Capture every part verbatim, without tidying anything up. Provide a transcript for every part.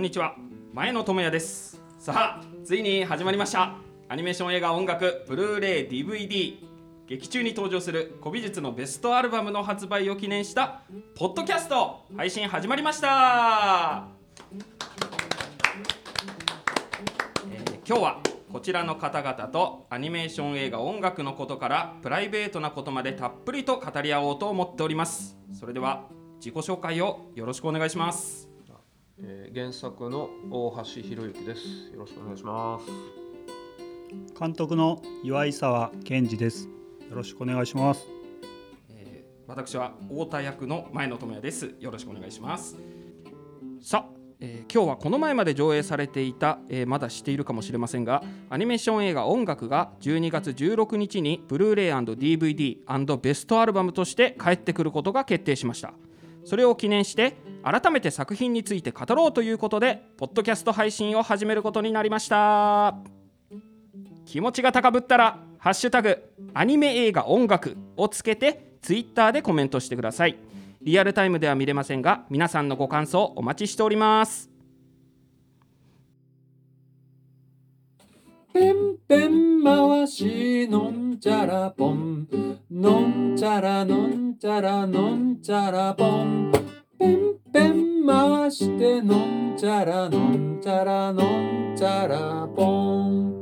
んにちは、前野智也です。さあ、ついに始まりました。アニメーション映画音楽ブルーレイ ディーブイディー、劇中に登場する古美術のベストアルバムの発売を記念したポッドキャスト配信始まりました。えー、今日はこちらの方々とアニメーション映画音楽のことからプライベートなことまでたっぷりと語り合おうと思っております。それでは自己紹介をよろしくお願いします。 えー、原作の大橋博之です。よろしくお願いします。 監督の岩井沢健二です。よろしくお願いします。 えー、私は太田役の前野智也です。よろしくお願いします。さあ、えー、今日はこの前まで上映されていた、えー、まだしているかもしれませんが、アニメーション映画音楽がじゅうにがつじゅうろくにちにブルーレイ&ディーブイディー& ベストアルバムとして帰ってくることが決定しました。それを記念して改めて作品について語ろうということでポッドキャスト配信を始めることになりました。気持ちが高ぶったらハッシュタグアニメ映画音楽をつけてツイッターでコメントしてください。リアルタイムでは見れませんが、皆さんのご感想お待ちしております。 ペンペン回しのんちゃらぽん、のんちゃらのんちゃらのんちゃらぽん、ペンペン回してのんちゃらのんちゃらのんちゃらぽん。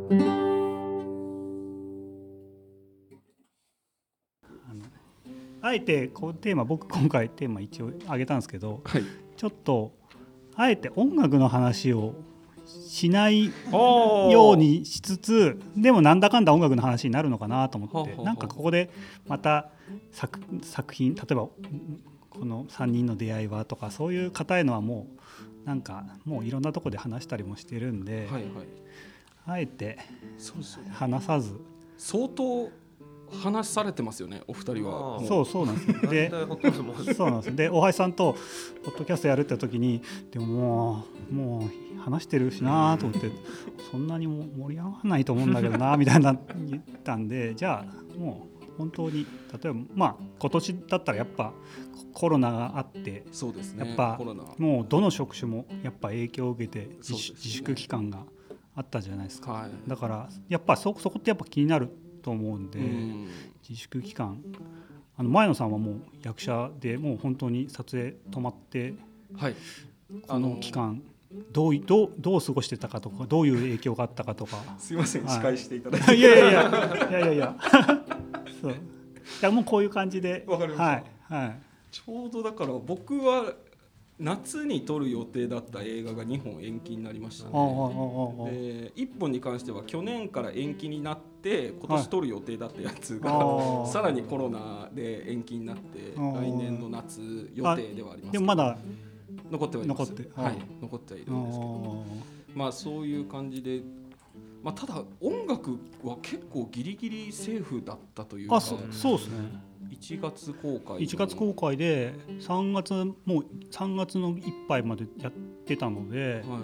あえてこうテーマ、僕今回テーマ一応挙げたんですけど、 はい、 ちょっとあえて音楽の話をしないようにしつつ、でもなんだかんだ音楽の話になるのかなと思って、はははなんかここでまた 作, 作品例えばこのさんにんの出会いはとか、そういう方へのはもうなんかもういろんなとこで話したりもしてるんで、はいはい、あえて話さず、そうそう相当話されてますよね、お二人は。 そうそうなんですでそうなんですで大橋さんとポッドキャストやるって時に、でももうもう話してるしなと思ってそんなにも盛り上がらないと思うんだけどなみたいな言ったんで、じゃあもう本当に例えばまあ今年だったらやっぱコロナがあって、 そうですね、 やっぱもうどの職種もやっぱ影響を受けて 自,、ね、自粛期間があったじゃないですか、はい、だからやっぱ そ, そこってやっぱ気になると思うんで、うん、自粛期間、あの前野さんはもう役者でもう本当に撮影止まって、はい、この期間どう, ど, うどう過ごしてたかとか、どういう影響があったかとか。 すいません、はい、司会していただいて。 いやいやいやいやいやいやそういやもうこういう感じで。 わかりました、 はいはい、 ちょうどだから僕は夏に撮る予定だった映画がにほん延期になりましたね。でいっぽんに関しては去年から延期になって今年撮る予定だったやつが、はい、さらにコロナで延期になって来年の夏予定ではありますけど、 でもまだ残ってはいます。 残って、 はい、残ってはいるんですけど、まあそういう感じで、まあ、ただ音楽は結構ギリギリセーフだったというか。 あ、そ、そうですね。 いちがつ公開いちがつ公開でさんがつもうさんがつのいっぱいまでやってたので、はい、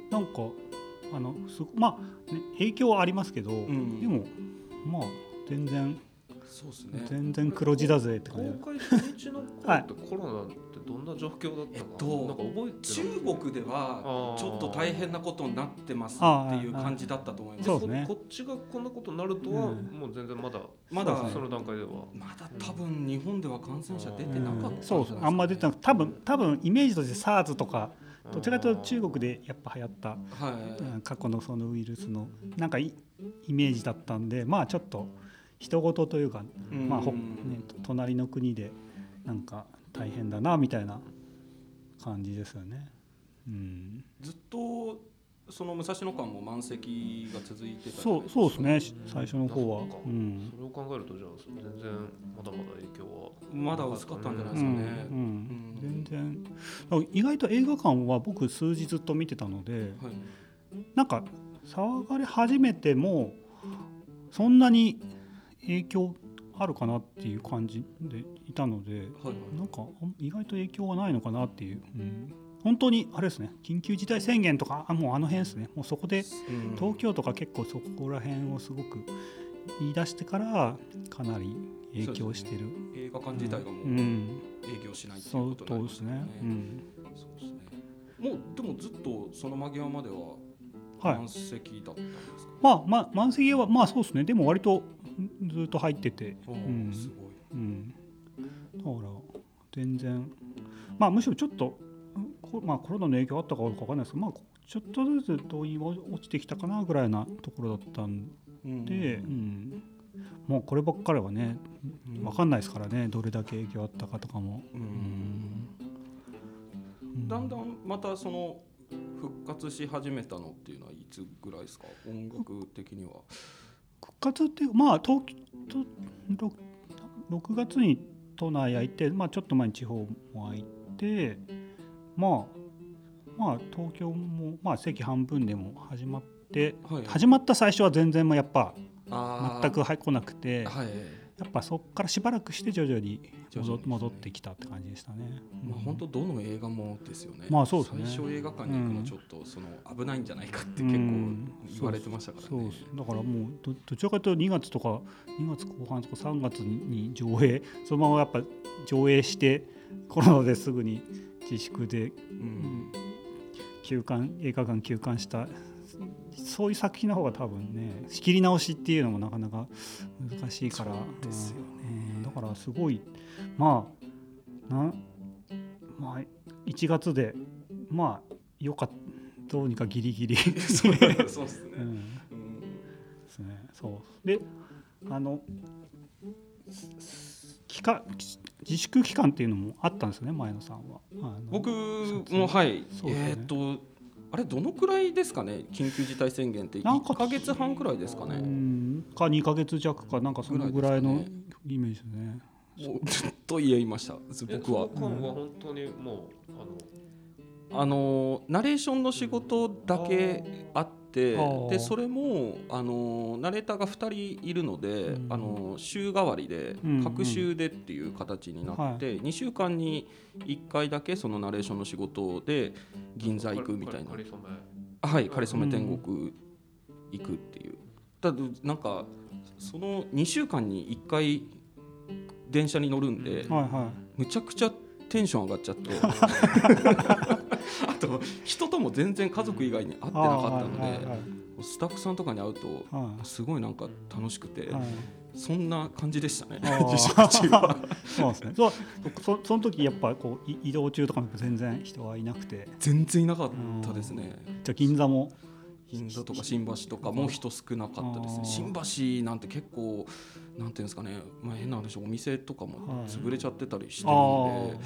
なんかあのすまあ、ね、影響はありますけど、うん、でもまあ全然そうですね、 全然黒字だぜって感じ。 公開初日の頃ってコロナってどんな状況だったか、 えっと、 なんか覚えて中国ではちょっと大変なことになってますっていう感じだったと思います。 そうですね、こっちがこんなことになるとは、うん、もう全然まだまだその段階ではまだ多分日本では感染者出てなかったんじゃないですか、ね、 そうそう、あんま出てなくて、多分多分イメージとして SARS とかどちらかというと中国でやっぱ流行った、はい、過去のそのウイルスのなんかイメージだったんで、まあちょっと人事というか、まあほね、隣の国でなんか大変だなみたいな感じですよね。うん、 ずっとその武蔵野間も満席が続いてた。 そうそうですね、最初の方は。 うん、それを考えるとじゃあ全然まだまだ影響はまだ薄かったんじゃないですかね。うんうんうん、全然意外と映画館は僕数日ずっと見てたので、はい、なんか騒がれ始めてもそんなに影響あるかなっていう感じでいたので、はいはい、なんか意外と影響はないのかなっていう、うん、本当にあれですね、緊急事態宣言とかもうあの辺ですね、もうそこで東京とか結構そこら辺をすごく言い出してからかなり影響してる、 ね、映画館自体がもう営業しないということになりますね。 そうですね、うん、 そうですね。 もうでもずっとその間際までははい満席だったんですか？ まあ、まあ、満席はまあそうですね。でも割とずっと入ってて、 おうん、 すごい、 うん、だから全然まあむしろちょっとこ、まあ、コロナの影響あったかどうかわかんないですけど、まあ、ちょっとずつ動員は落ちてきたかなぐらいなところだったんで、うんうん、もうこればっかりはねわかんないですからね、どれだけ影響あったかとかも、うんうん、だんだんまたその復活し始めたのっていうのはいつぐらいですか？音楽的には復活ってまあ東京ろくがつに都内開いて、まあ、ちょっと前に地方も開いて、まあまあ東京もまあ席半分でも始まって、はい、始まった最初は全然もやっぱ全く入来なくて、はい、やっぱそこからしばらくして徐々に 戻, 戻ってきたって感じでしたね。 まあ、本当どの映画もですよね。 まあそうですね。 最初映画館に行くのちょっとその危ないんじゃないかって結構言われてましたからね。 うん、そうそうだからもう ど, どちらかというとにがつとかにがつこう半とかさんがつに上映そのままやっぱ上映してコロナですぐに自粛で、うん、休館映画館休館したそういう作品の方が多分ね仕切り直しっていうのもなかなか難しいからですよね、 うん、だからすごいまあなまあいちがつでまあよかったどうにかギリギリそうですね、うんうん、ですね。そうであの期間自粛期間っていうのもあったんですね前野さんは。あの僕もはい、ね、えー、っとあれどのくらいですかね緊急事態宣言っていっかげつはんくらいですかね。 うんかにかげつ弱かなんかそのぐらいのイメージですね。 ずっと言いました僕は。 その間は本当にもうあのあのナレーションの仕事だけあってでそれもあのナレーターがふたりいるので、うん、あの週替わりで各週でっていう形になって、うんうん、にしゅうかんにいっかいだけそのナレーションの仕事で銀座行くみたいな、はいかりそめ天国行くっていう、だなんかそのにしゅうかんにいっかい電車に乗るんで、はいはい、むちゃくちゃテンション上がっちゃってあと人とも全然家族以外に会ってなかったので、はいはいはい、スタッフさんとかに会うとすごいなんか楽しくて、はい、そんな感じでしたね自粛中はそうですね。 そ, そ, その時やっぱこう移動中とかも全然人はいなくて全然いなかったですね。 じゃあ銀座も銀座とか新橋とかも人少なかったですね。新橋なんて結構なんていうんですかね、まあ、変な話お店とかも潰れちゃってたりしてるので、はい、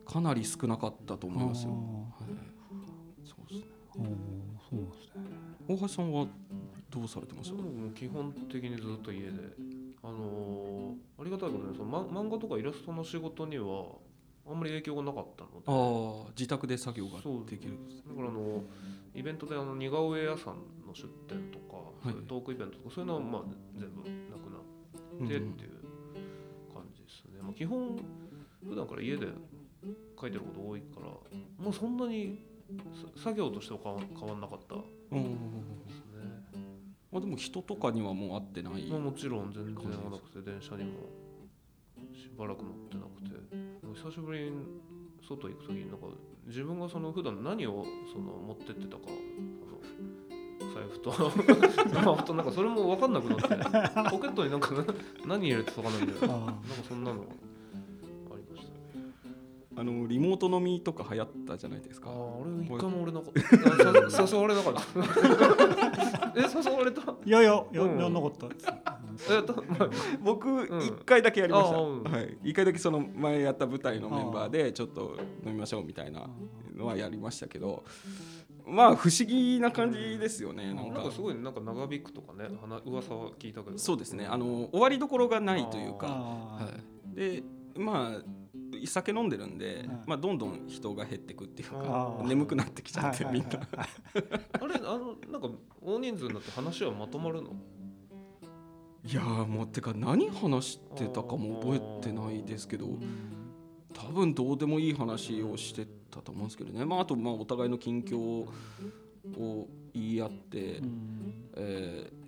かなり少なかったと思いますよ、はい、そうですね。 そうですね。 大橋さんはどうされてましたか？ もう基本的にずっと家で、あのー、ありがたいことにその、ま、漫画とかイラストの仕事にはあんまり影響がなかったので、 あ自宅で作業ができる。 だからあのイベントであの似顔絵屋さんの出店とか、はい、そういうトークイベントとかそういうのはまあ全部なくなってっていう感じですね、うんまあ、基本普段から家で書いてること多いからもうそんなに作業としては変わんなかったですね、うんまあ、でも人とかにはもう会ってない、 まあ、もちろん全然会わなくて電車にもしばらく乗ってなくて久しぶりに外行くときになんか自分がその普段何をその持ってってたか財布とスマホとなんかそれも分かんなくなってポケットになんか何入れてたかなみたいななんかそんなのありましたね。 あのリモート飲みとか流行ったじゃないですか。 ああ俺一回も俺なかった誘われなかったえ誘われたいやいややんなかった僕一回だけやりました、うんはい、一回だけその前やった舞台のメンバーでちょっと飲みましょうみたいなのはやりましたけどまあ不思議な感じですよね。なんか、 なんかすごいなんか長引くとかね噂は聞いたけどそうですねあの終わりどころがないというか、はい、でまあ酒飲んでるんで、まあ、どんどん人が減ってくっていうか眠くなってきちゃってみんなあれあのなんか大人数になって話はまとまるの？ いやもうてか何話してたかも覚えてないですけど多分どうでもいい話をしてたと思うんですけどね、まあ、あとまあお互いの近況を言い合って、えー、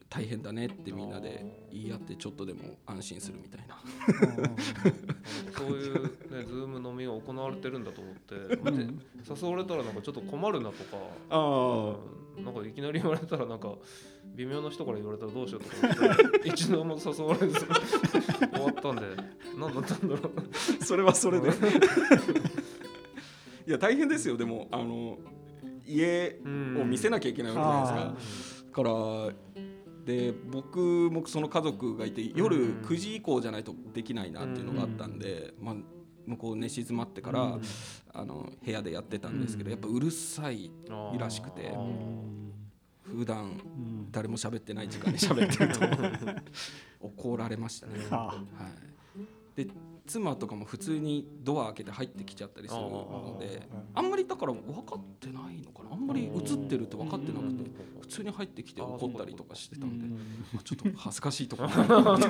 大変だねってみんなで言い合ってちょっとでも安心するみたいなそういう、ね、ズーム飲みが行われてるんだと思って、うん、誘われたらなんかちょっと困るなとか、あ、うん、なんかいきなり言われたらなんか微妙な人から言われたらどうしようとか思って一度も誘われず終わったんで何だったんだろうそれはそれでいや大変ですよ。でもあの家を見せなきゃいけないわけじゃないですか。からで僕もその家族がいて夜くじ以降じゃないとできないなっていうのがあったんで、まあ、向こう寝静まってからあの部屋でやってたんですけど、やっぱうるさいらしくて、普段誰も喋ってない時間に喋ってると怒られましたね。はい、で妻とかも普通にドア開けて入ってきちゃったりするので、あんまりだから分かってないのかな、あんまり映ってるって分かってなくて普通に入ってきて怒ったりとかしてたんで、まあ、ちょっと恥ずかしいところそう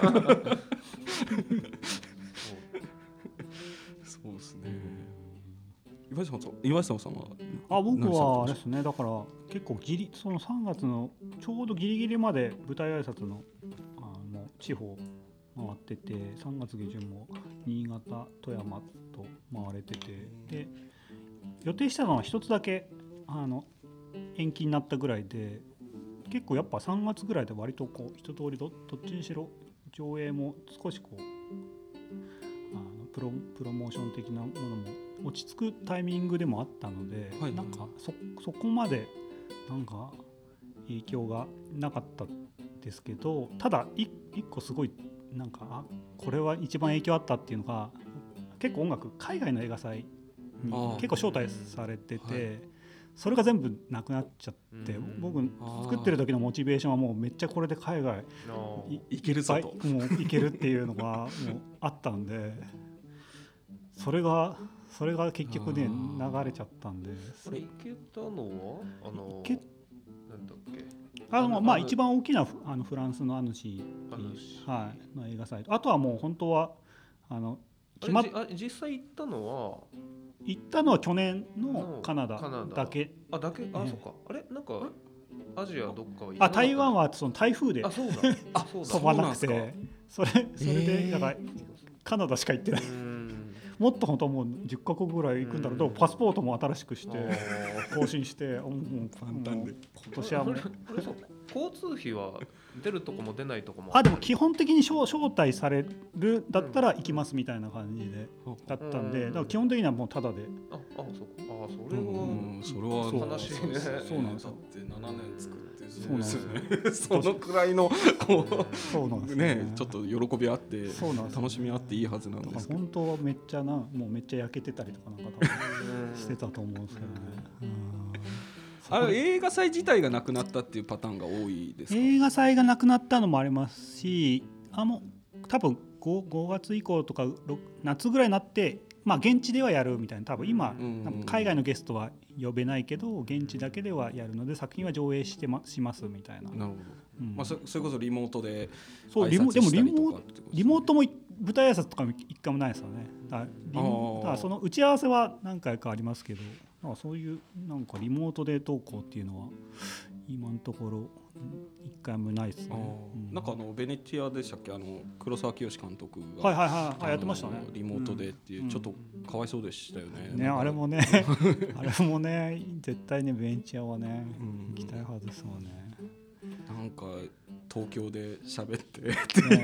ですね。岩下さん、岩下さんはあ僕はですね、だから結構ギリそのさんがつのちょうどギリギリまで舞台挨拶のあの地方回ってて、さんがつ下旬も新潟富山と回れてて、で予定したのは一つだけあの延期になったぐらいで、結構やっぱさんがつぐらいで割とこう一通り ど, どっちにしろ上映も少しこうあのプロ、プロモーション的なものも落ち着くタイミングでもあったので、はい、なんか そ, そこまでなんか影響がなかったですけど、ただ一個すごいなんかあこれは一番影響あったっていうのが、結構音楽海外の映画祭に結構招待されてて、はい、それが全部なくなっちゃって、僕作ってる時のモチベーションはもうめっちゃこれで海外行けるぞともう行けるっていうのがもうあったんで、それがそれが結局ね流れちゃったんで。 それ行けたのはあのけなんだっけあのまあ一番大きなあのフランスのアヌシー、はい、の映画祭と、あとはもう本当はあの決まっあ実際行ったのは行ったのは去年のカナダだけ。 あだけあ、えー、そっかあれなんかアジアどっかは行あ台湾はその台風であそうだあそうだ飛ばなくて、それそれでだからカナダしか行ってない。もっと本当はもうじゅっかこくぐらい行くんだろうけど、パスポートも新しくして更新して、もう簡単で今年はもう交通費は出るとこも出ないとこもあでも基本的に招待されるだったら行きますみたいな感じでだったんで、だから基本的にはもうタダで。 ああそこあそれはそれは悲しいね。 そうなんですよ。 だってななねん作ってそうですね。そのくらいのこうねちょっと喜びあって楽しみあっていいはずなんですけど、 本当はめっちゃなもうめっちゃ焼けてたりとかなんか多分してたと思うんですけどね。 あれ映画祭自体がなくなったっていうパターンが多いですか？ 映画祭がなくなったのもありますし、あもう多分 5, 5月以降とか夏ぐらいになって、まあ、現地ではやるみたいな、多分今、うん、多分海外のゲストは呼べないけど現地だけではやるので作品は上映して、ま、しますみたいな。 なるほど、うんまあ、そ, それこそリモートでそうリモでもリモリモートも舞台挨拶とか一回もないですよね。だからリモだからその打ち合わせは何回かありますけど、なんかそういうなんかリモートで投稿っていうのは今のところ一回もないですね。 うん、なんかあのベネチアでしたっけ、あの黒沢清監督が、 はいはいはい、やってましたね。 リモートでっていう、うん、ちょっとかわいそうでしたよね。 ねあれもねあれもね絶対ねベネチアはね、うん、行きたいはずですもんね。 なんか東京で喋って、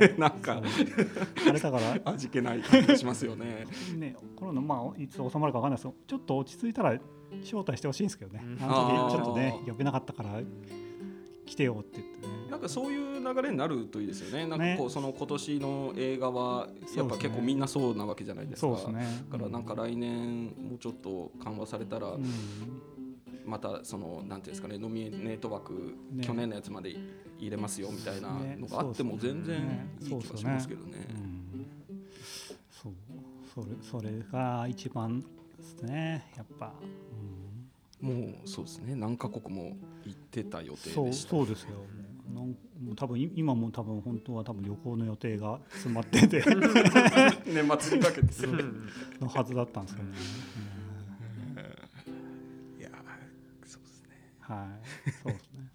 ね、なんかあれだから味気ない感じしますよね。 ねコロナまあいつ収まるかわかんないですけど、ちょっと落ち着いたら招待してほしいんですけどね。あの時ちょっとね呼べなかったから来てよって言ってね。 なんかそういう流れになるといいですよね。なんかこう、ね、その今年の映画はやっぱ結構みんなそうなわけじゃないですか。 そうですね。 だからなんか来年もうちょっと緩和されたら、うん、またそのなんていうんですかね、ノミネート枠、ね、去年のやつまで入れますよみたいなのがあっても全然いい気がしますけどね。 そうそれそれが一番ですねやっぱ。 うん、もうそうですね、何カ国も行ってた予定でした。 そう、そうですよ。もう多分今も多分本当は多分旅行の予定が詰まってて年末にかけてのはずだったんですよね。 いやそうですね。 はい、そうですね。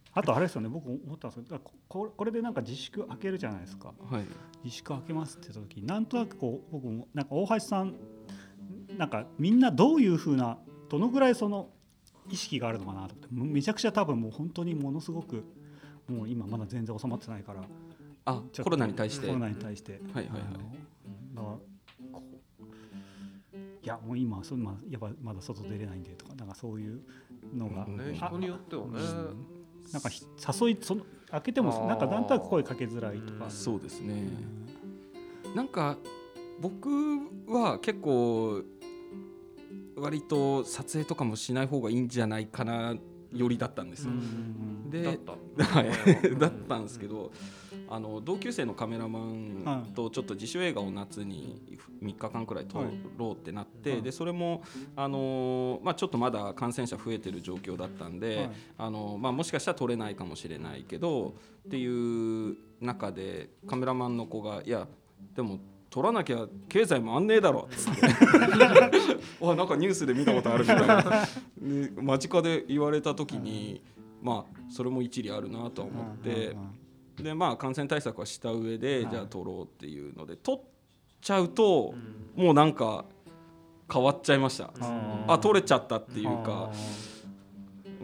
あとあれですよね、僕思ったんですけど、ここれでなんか自粛開けるじゃないですか、 はい、 自粛開けますって言った時なんとなくこう僕もなんか大橋さんなんかみんなどういう風などのぐらいその意識があるのかなと思って、めちゃくちゃ多分もう本当にものすごくもう今まだ全然収まってないから、 あコロナに対してコロナに対して、 はいはいはい、 だからこういやもう今そんなやっぱまだ外出れないんでとかなんかそういうのが、 ね、人によってはね、 なんか誘いその開けてもなんかなんとなく声かけづらいとか、 そうですね、なんか僕は結構割と撮影とかもしない方がいいんじゃないかなよりだったんですよ、でだっただったんですけど、あの同級生のカメラマンとちょっと自主映画を夏にみっかかんくらい撮ろうってなって、はい、でそれも、あのまあ、ちょっとまだ感染者増えてる状況だったんで、はい、あのまあ、もしかしたら撮れないかもしれないけどっていう中でカメラマンの子がいやでも撮らなきゃ経済回んねえだろっつってわなんかニュースで見たことあるみたいなで間近で言われた時に、まあそれも一理あるなとは思って、でまあ感染対策はした上でじゃあ撮ろうっていうので撮っちゃうともうなんか変わっちゃいました。あ撮れちゃったっていうか、うん、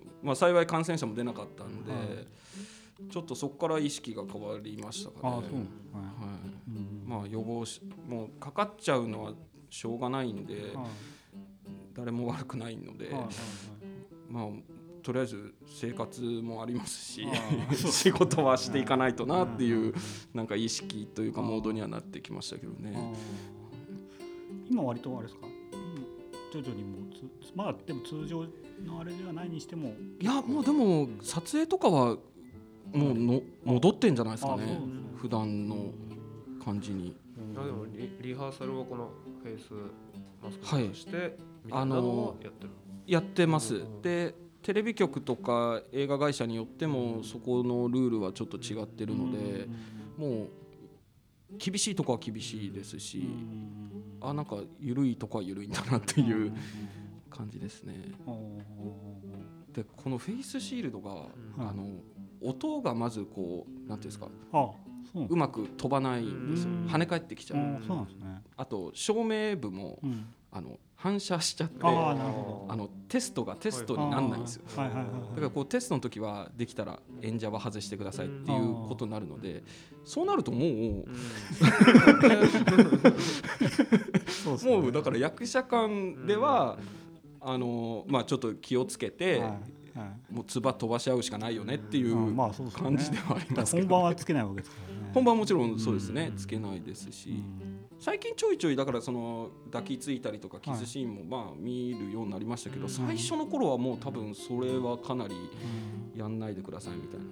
まあ幸い感染者も出なかったんでちょっとそこから意識が変わりましたかね。あそう、はい、まあ予防しもうかかっちゃうのはしょうがないんで、はい、誰も悪くないので、はいはいはい、まあとりあえず生活もありますし仕事はしていかないとなっていうなんか意識というかモードにはなってきましたけどね。 今割とあれですか、徐々にもうつまあでも通常のあれではないにしてもいやもうでも撮影とかはもうの戻ってんじゃないですかね、普段の感じに。 あでも リ, リハーサルはこのフェイスマスクをして、はい、みたいなのをやってる、 やってます。でテレビ局とか映画会社によってもそこのルールはちょっと違ってるので、もう厳しいとこは厳しいですし、あなんか緩いとこは緩いんだなっていう感じですね。でこのフェイスシールドが、あの音がまずこうなんていうんですか、あう, うまく飛ばないんですよ。跳ね返ってきちゃう。あ, そうなんですね。あと照明部も、うん、あの反射しちゃって、ああのテストがテストになんないんですよ。だからこうテストの時はできたら演者は外してくださいっていうことになるので、そうなるともう、うん、もうだから役者間では、うん、あのまあちょっと気をつけて、はいはい、もう唾飛ばし合うしかないよねっていう感じではありますけど、ね、 本番はつけないわけですからね。 本番はもちろんそうですね、うん、つけないですし、うん、最近ちょいちょいだからその抱きついたりとかキスシーンもまあ見るようになりましたけど、はい、最初の頃はもう多分それはかなりやんないでくださいみたいな、うん、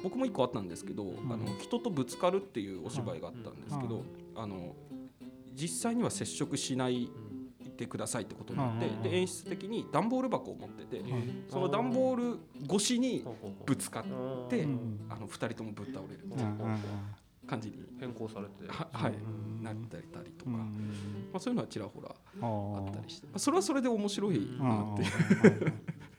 僕も一個あったんですけど、うん、あの人とぶつかるっていうお芝居があったんですけど、うん、あの実際には接触しないてくださいってことになって、で演出的に段ボール箱を持ってて、その段ボール越しにぶつかって、あのふたりともぶっ倒れるみたいな感じに変更されて、 は、はい、なったりとか、まあ、そういうのはちらほらあったりして、まあ、それはそれで面白いなっていう。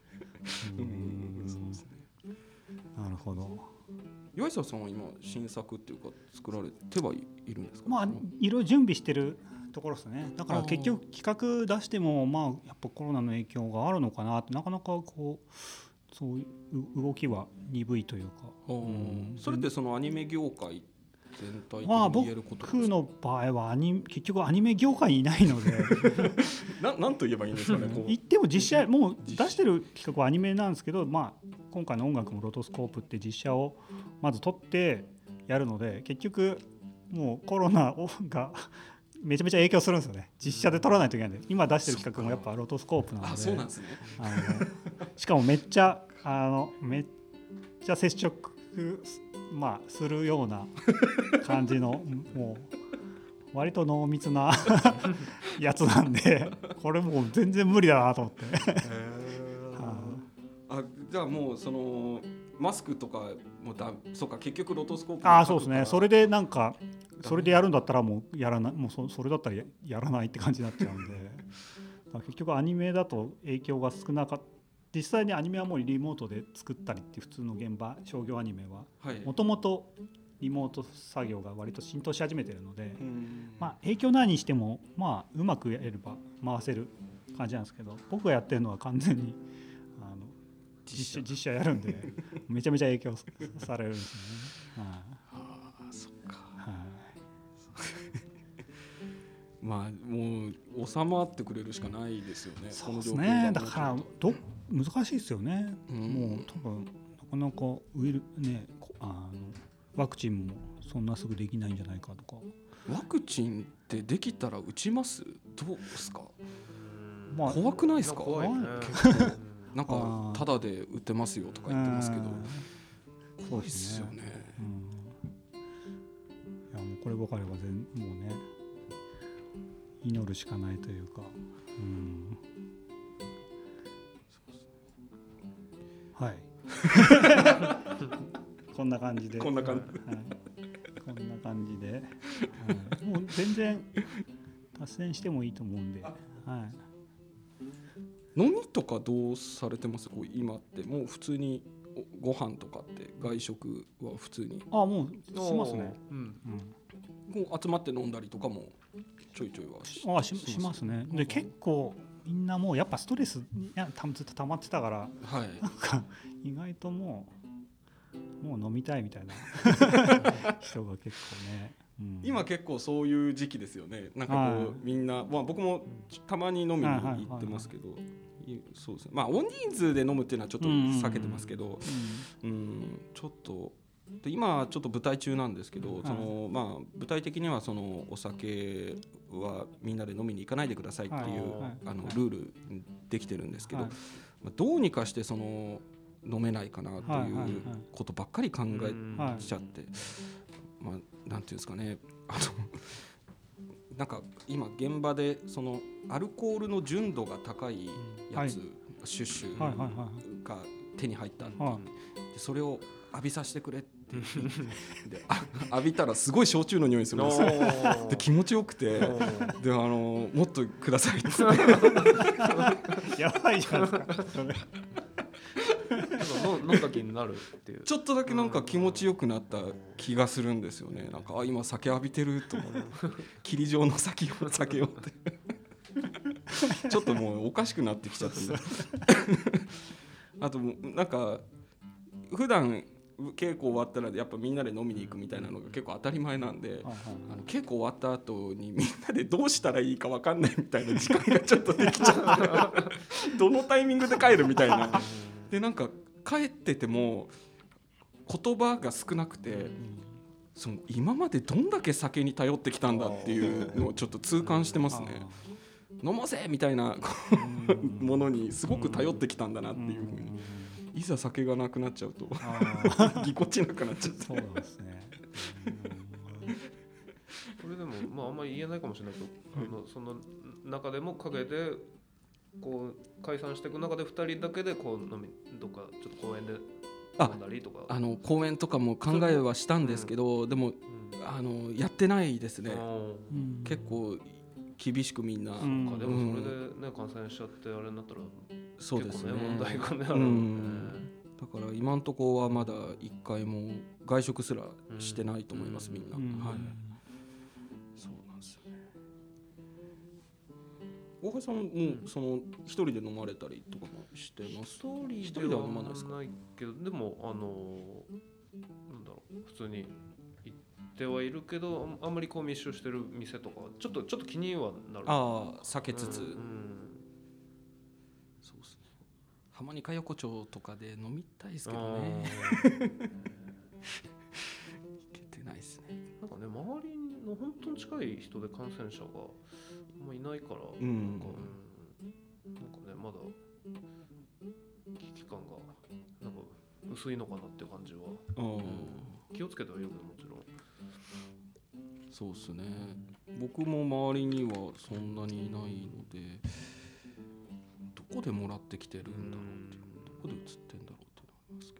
なるほど。 岩井沢さんは今新作っていうか作られてはいるんですか？ まあいろいろ準備してるところですね。だから結局企画出してもまあやっぱコロナの影響があるのかなって、なかなかこうそういう動きは鈍いというか、 うん、それってそのアニメ業界全体的に言えることですか？ まあ、僕の場合はアニ結局アニメ業界にいないのでな, なんと言えばいいんですかね。 こう言っても実写もう出してる企画はアニメなんですけど、まあ、今回の音楽もロトスコープって実写をまず撮ってやるので、結局もうコロナがめちゃめちゃ影響するんですよね。実写で撮らないといけないんで、今出してる企画もやっぱロトスコープなので、 あ、そうなんですね。 あのしかもめっちゃあのめっちゃ接触、まあ、するような感じのもう割と濃密なやつなんで、これもう全然無理だなと思ってあ、じゃあもうそのマスクとかもだ、そうか、結局ロトスコープ、 ああそうですね。それでなんかそれでやるんだったらもうやらない、もう そ, それだったら や, やらないって感じになっちゃうんで結局アニメだと影響が少なかっ実際にアニメはもうリモートで作ったりっていう普通の現場商業アニメははいもともとリモート作業が割と浸透し始めてるので、 うんまあ、影響ないにしても、まあ、うまくやれば回せる感じなんですけど、僕がやってるのは完全にあの実写実写やるんでめちゃめちゃ影響されるんですよね。はいああそっか。 はいまあもう収まってくれるしかないですよね。 そうですこのね。 状況がだからど難しいですよね。 うんもう多分なかなかウイルねこあのワクチンもそんなすぐできないんじゃないかとか。 ワクチンってできたら打ちます？どうですか？ うんまあ怖くないですか？ 怖いね。 なんかタダで打てますよとか言ってますけど、 うん怖いっすよね。 うん、いやもうこればかりは全もうね祈るしかないというか、うん、はいこんな感じでこんな感じ、はい、こんな感じで、はい、もう全然達成してもいいと思うんで、はい飲みとかどうされてます？こう今ってもう普通にご飯とかって外食は普通にあもうしますね、 うんうん、 こう集まって飲んだりとかもちょいちょいはしあししますね。で結構みんなもうやっぱストレスいやたずっと溜まってたからはいなんか意外ともうもう飲みたいみたいな人が結構ね、うん、 今結構そういう時期ですよね。なんかこう、 はいみんな、まあ、僕もたまに飲みに行ってますけど、いそうですね。まあ大人数で飲むっていうのはちょっと避けてますけど、うん、うんちょっとで今ちょっと舞台中なんですけど、 はいそのまあ舞台的にはそのお酒はみんなで飲みに行かないでくださいっていう、 はいはいあのルールできてるんですけど、 はいまあ、どうにかしてその飲めないかなとはいはいはいいうことばっかり考えはいちゃって、まあなんていうんですかね、あのなんか今現場でそのアルコールの純度が高いやつ、 はシュッシュはいはいはいが手に入ったって、 はでそれを浴びさせてくれってであ浴びたらすごい焼酎の匂いするんですよ。で気持ちよくてであのもっとくださいっていやばいじゃないですかそれ飲んだ気になるっていうちょっとだけなんか気持ちよくなった気がするんですよね。なんかあ今酒浴びてると思う霧状の酒を酒をってちょっともうおかしくなってきちゃってあとなんか普段稽古終わったらやっぱみんなで飲みに行くみたいなのが結構当たり前なんで、あの稽古終わった後にみんなでどうしたらいいか分かんないみたいな時間がちょっとできちゃってどのタイミングで帰るみたいなでなんか帰ってても言葉が少なくて、その今までどんだけ酒に頼ってきたんだっていうのをちょっと痛感してますね。飲もうぜみたいなものにすごく頼ってきたんだなっていうふうに、いざ酒がなくなっちゃうとぎこちなくなっちゃってそうなんですねこれでもまああんまり言えないかもしれないけど、あのその中でも陰でこう解散していく中でふたりだけでこう飲みどっかちょっと公園で飲んだりとか、 あの公演とかも考えはしたんですけど、でも、うん、あのやってないですね。結構厳しくみんな、 うん、 でもそれでね感染しちゃってあれになったらそうですね、 結構ね問題がねあるよね、 うん、だから今のところはまだ一回も外食すらしてないと思います、うん、みんな、うんはい、そうなんですよね。大橋さんもその一人で飲まれたりとかもしてます？ 一人では飲まないですか？ないけど、でもあのなんだろう、普通に行ってはいるけど、あんまりこう密集してる店とかちょっとちょっと気にはなる。 ああ、避けつつ、うんうん、そうですね。浜二日横丁とかで飲みたいですけどね。いけてないですね。 なんかね、周りの本当に近い人で感染者があんまいないから、 うん、 なんか、うん、なんかね、まだ危機感がなんか薄いのかなっていう感じは、うん、気をつけてはいるけどもちろん。 そうですね。僕も周りにはそんなにいないので、どこでもらってきてるんだろうっていう、どこで移ってんだろうって思いますけ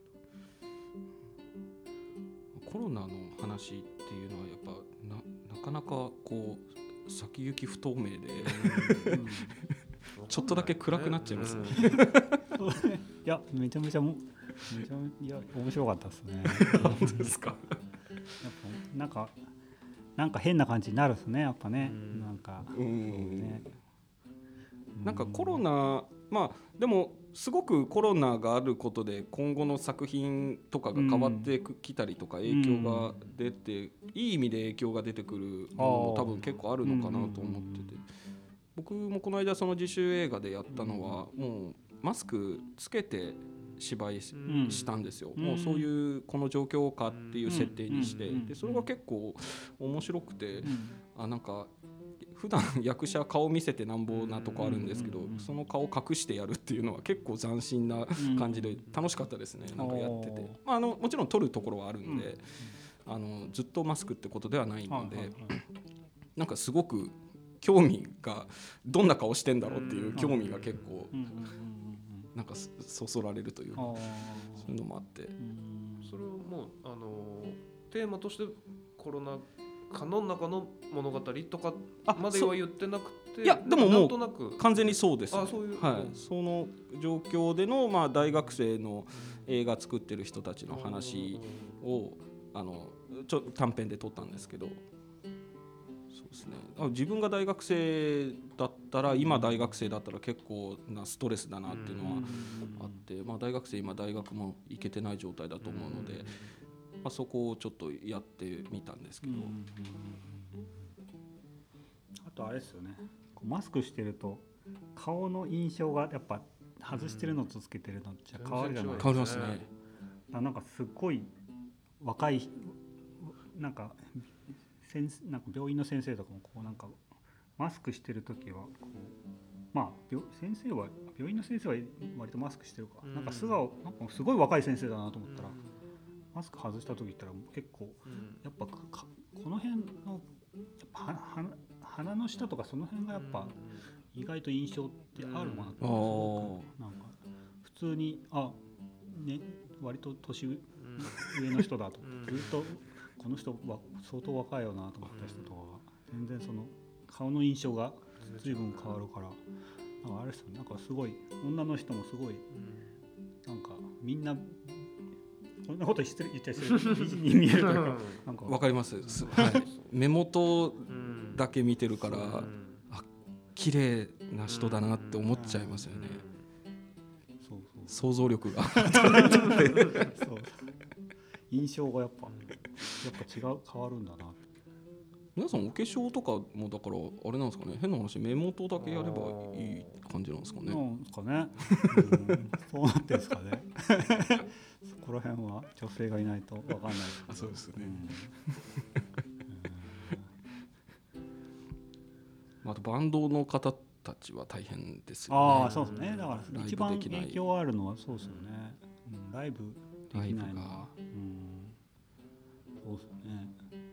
ど、コロナの話っていうのはやっぱ な, なかなかこう先行き不透明でちょっとだけ暗くなっちゃいますね。 うん、 いやめちゃめちゃもめちゃいや面白かったですね。 本当ですか。 やっぱなんかなんか変な感じになるですねやっぱね。 うんなんか、 うんね、 なんかコロナまあでもすごくコロナがあることで今後の作品とかが変わってきたりとか影響が出て、いい意味で影響が出てくるものも多分結構あるのかなと思ってて、僕もこの間その自主映画でやったのはもうマスクつけて芝居ししたんですよ。もうそういうこの状況下っていう設定にしてでそれが結構面白くて、あなんか普段役者顔見せてなんぼなとこあるんですけど、その顔隠してやるっていうのは結構斬新な感じで楽しかったですね。なんかやってて、まあ、あのもちろん撮るところはあるんで、あのずっとマスクってことではないので、なんかすごく興味がどんな顔してんだろうっていう興味が結構なんかそそられるというか、そういうのもあって、 それをもうあのテーマとしてコロナ禍の中の物語とかまでは言ってなくて、 いやでももうなんとなく完全にそうです、ね。 あそういう、 はい、その状況でのまあ大学生の映画作ってる人たちの話をあのちょ短編で撮ったんですけど。そうですね、自分が大学生だったら今大学生だったら結構なストレスだなっていうのはあって、まあ、大学生今大学も行けてない状態だと思うので、まあ、そこをちょっとやってみたんですけど、 あとあれですよね、こうマスクしてると顔の印象がやっぱ外してるのとつけてるのじゃ変わるじゃないですか。 変わりますね。 なんかすっごい若いなんか先なんか病院の先生とかもこうなんかマスクしてるときはこうまあ病先生は病院の先生は割とマスクしてるか、うん、なんか素顔なんかすごい若い先生だなと思ったら、うん、マスク外したとき言ったら結構、うん、やっぱかこの辺のやっぱは鼻の下とかその辺がやっぱ意外と印象ってあるものだと思うんですよ。なんか普通にあね割と年上の人だと思ってずっとこの人は相当若いよなと思った人とか全然その顔の印象が随分変わるから、なんかあれですよね、なんかすごい女の人もすごいなんかみんなこんなこと言っちゃいしてる美人に見えるというかなんかわかります、はい、目元だけ見てるからあ綺麗な人だなって思っちゃいますよね。 そうそう想像力がそう印象がやっぱやっぱ違う変わるんだなって。 皆さんお化粧とかもだからあれなんですかね、変な話目元だけやればいい感じなんですかね。 なんですかね、うん、そうなってんですかねそこら辺は女性がいないと分かんないですけど。 そうですね、うん、あとバンドの方たちは大変ですよね。 ああそうですね、だから一番影響あるのはそうですよね、うん、ライブできないのが、うん、そうですよね。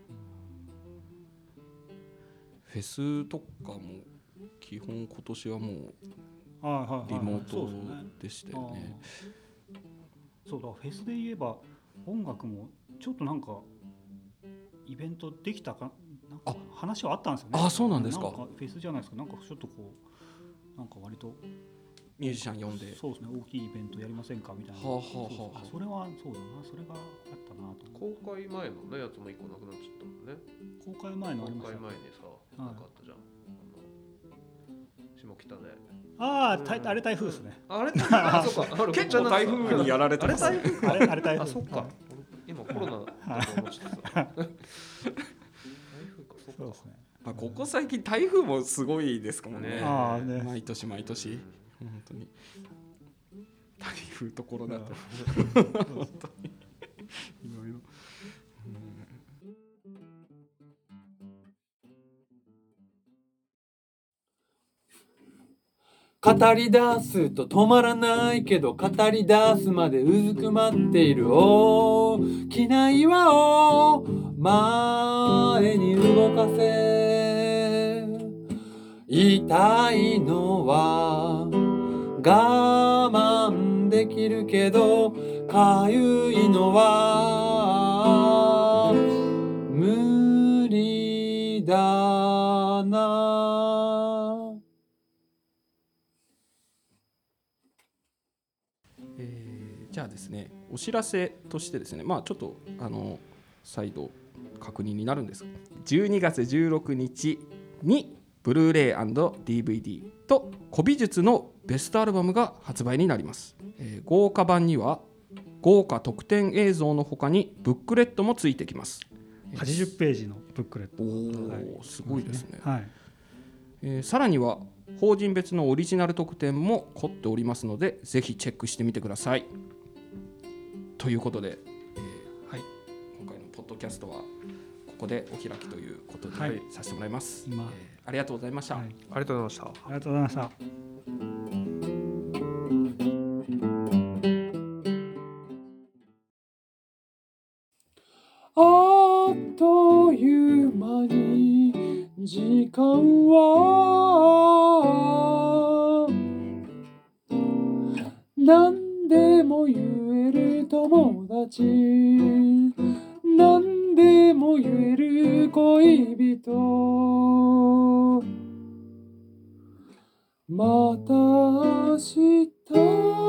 フェスとかも基本今年はもうリモートでしたよね。 そうだ、フェスで言えば音楽もちょっとなんかイベントできたかなんか話はあったんですよね。 あ、そうなんですか。 なんかフェスじゃないですか。なんかちょっとこうなんか割とミュージシャン呼んでそうですね、大きいイベントやりませんかみたいな。 はあはあはあ、 それはそうだな、それがあったなと。 公開前のねやつも一個なくなっちゃったもんね。 公開前のありました。 公開前にさ、なんかあったじゃん。あの下北で。 ああ、あれ台風ですね。 あれあそうか。 結構台風にやられてます。 あれ台風。あれあれ台風。 あ、そっか。今コロナだと思ってた。台風か、そっか。そうですね。 まあここ最近台風もすごいですからね。 ああね。 毎年毎年本当に台風とコロナと本当にいろいろ。 語り出すと止まらないけど語り出すまでうずくまっている大きな岩を前に動かせ。言いたいのは我慢できるけどかゆいのは無理だな。 じゃあですね、お知らせとしてですね、まあちょっとあの再度確認になるんですが、じゅうにがつじゅうろくにちにブルーレイ&ディーブイディー と古美術のベストアルバムが発売になります。えー、豪華版には豪華特典映像の他にブックレットもついてきます。 はちじゅっページのブックレット。 お、はい、すごいですね。 はい。 えー、さらには法人別のオリジナル特典も凝っておりますので、ぜひチェックしてみてください。ということで、えーはい、今回のポッドキャストはここでお開きということで、はい、させてもらいます。今、えー、ありがとうございました。はい、 ありがとうございました。 ありがとうございました。 あっという間に時間は何でも言える友達、何でも言える恋人、また明日